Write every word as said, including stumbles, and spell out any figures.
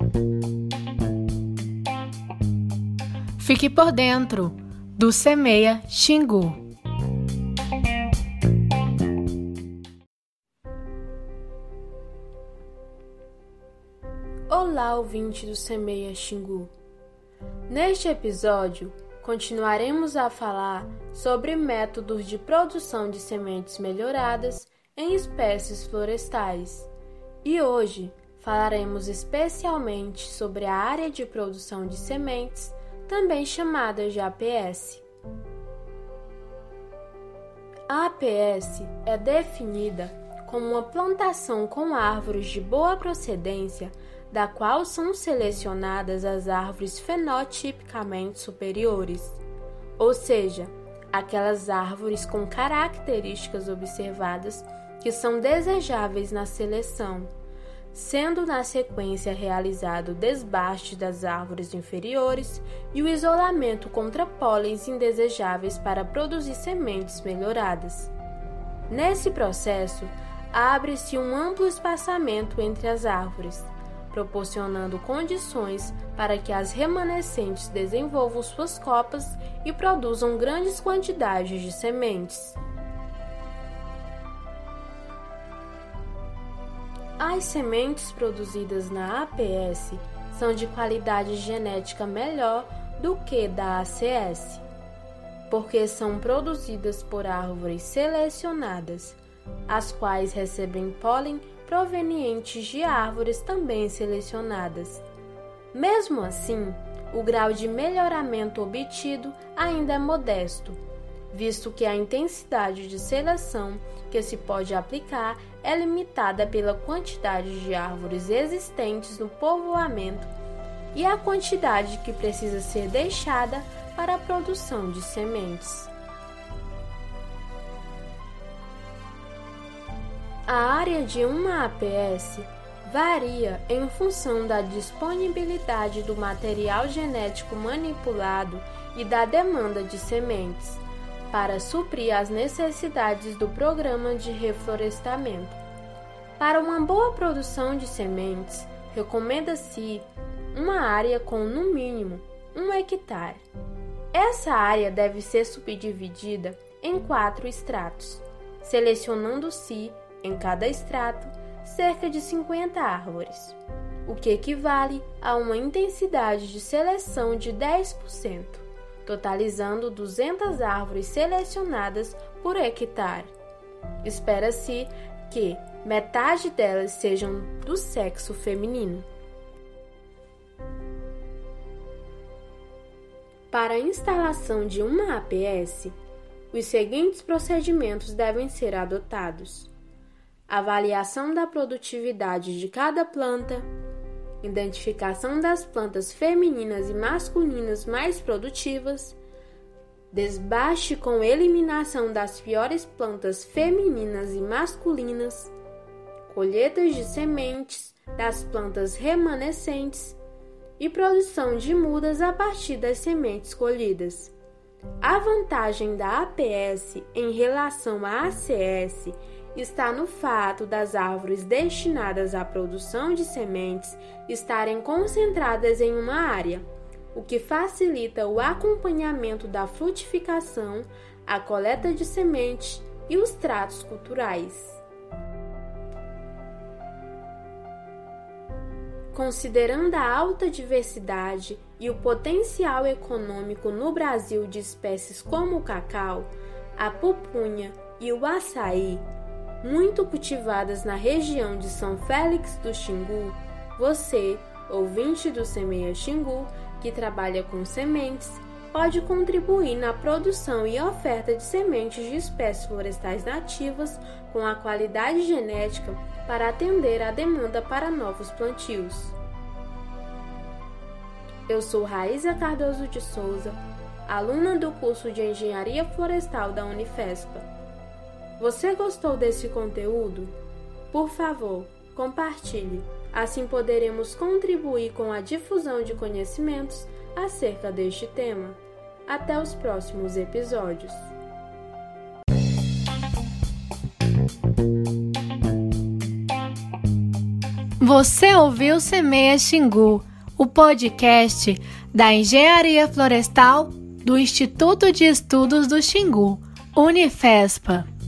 Fique por dentro do Semeia Xingu. Olá, ouvinte do Semeia Xingu. Neste episódio, continuaremos a falar sobre métodos de produção de sementes melhoradas em espécies florestais. E hoje falaremos especialmente sobre a área de produção de sementes, também chamada de A P S. A A P S é definida como uma plantação com árvores de boa procedência, da qual são selecionadas as árvores fenotipicamente superiores, ou seja, aquelas árvores com características observadas que são desejáveis na seleção, sendo na sequência realizado o desbaste das árvores inferiores e o isolamento contra pólens indesejáveis para produzir sementes melhoradas. Nesse processo, abre-se um amplo espaçamento entre as árvores, proporcionando condições para que as remanescentes desenvolvam suas copas e produzam grandes quantidades de sementes. As sementes produzidas na A P S são de qualidade genética melhor do que da A C S, porque são produzidas por árvores selecionadas, as quais recebem pólen provenientes de árvores também selecionadas. Mesmo assim, o grau de melhoramento obtido ainda é modesto, visto que a intensidade de seleção que se pode aplicar é limitada pela quantidade de árvores existentes no povoamento e a quantidade que precisa ser deixada para a produção de sementes. A área de uma A P S varia em função da disponibilidade do material genético manipulado e da demanda de sementes, para suprir as necessidades do programa de reflorestamento. Para uma boa produção de sementes, recomenda-se uma área com, no mínimo, um hectare. Essa área deve ser subdividida em quatro estratos, selecionando-se em cada estrato, cerca de cinquenta árvores, o que equivale a uma intensidade de seleção de dez por cento, totalizando duzentas árvores selecionadas por hectare. Espera-se que metade delas sejam do sexo feminino. Para a instalação de uma A P S, os seguintes procedimentos devem ser adotados: avaliação da produtividade de cada planta, identificação das plantas femininas e masculinas mais produtivas, desbaste com eliminação das piores plantas femininas e masculinas, colheitas de sementes das plantas remanescentes e produção de mudas a partir das sementes colhidas. A vantagem da A P S em relação à A C S está no fato das árvores destinadas à produção de sementes estarem concentradas em uma área, o que facilita o acompanhamento da frutificação, a coleta de sementes e os tratos culturais. Considerando a alta diversidade e o potencial econômico no Brasil de espécies como o cacau, a pupunha e o açaí, muito cultivadas na região de São Félix do Xingu, você, ouvinte do Semeia Xingu, que trabalha com sementes, pode contribuir na produção e oferta de sementes de espécies florestais nativas com a qualidade genética para atender à demanda para novos plantios. Eu sou Raíza Cardoso de Souza, aluna do curso de Engenharia Florestal da Unifespa. Você gostou desse conteúdo? Por favor, compartilhe, assim poderemos contribuir com a difusão de conhecimentos acerca deste tema. Até os próximos episódios. Você ouviu Semeia Xingu, o podcast da Engenharia Florestal do Instituto de Estudos do Xingu, Unifespa.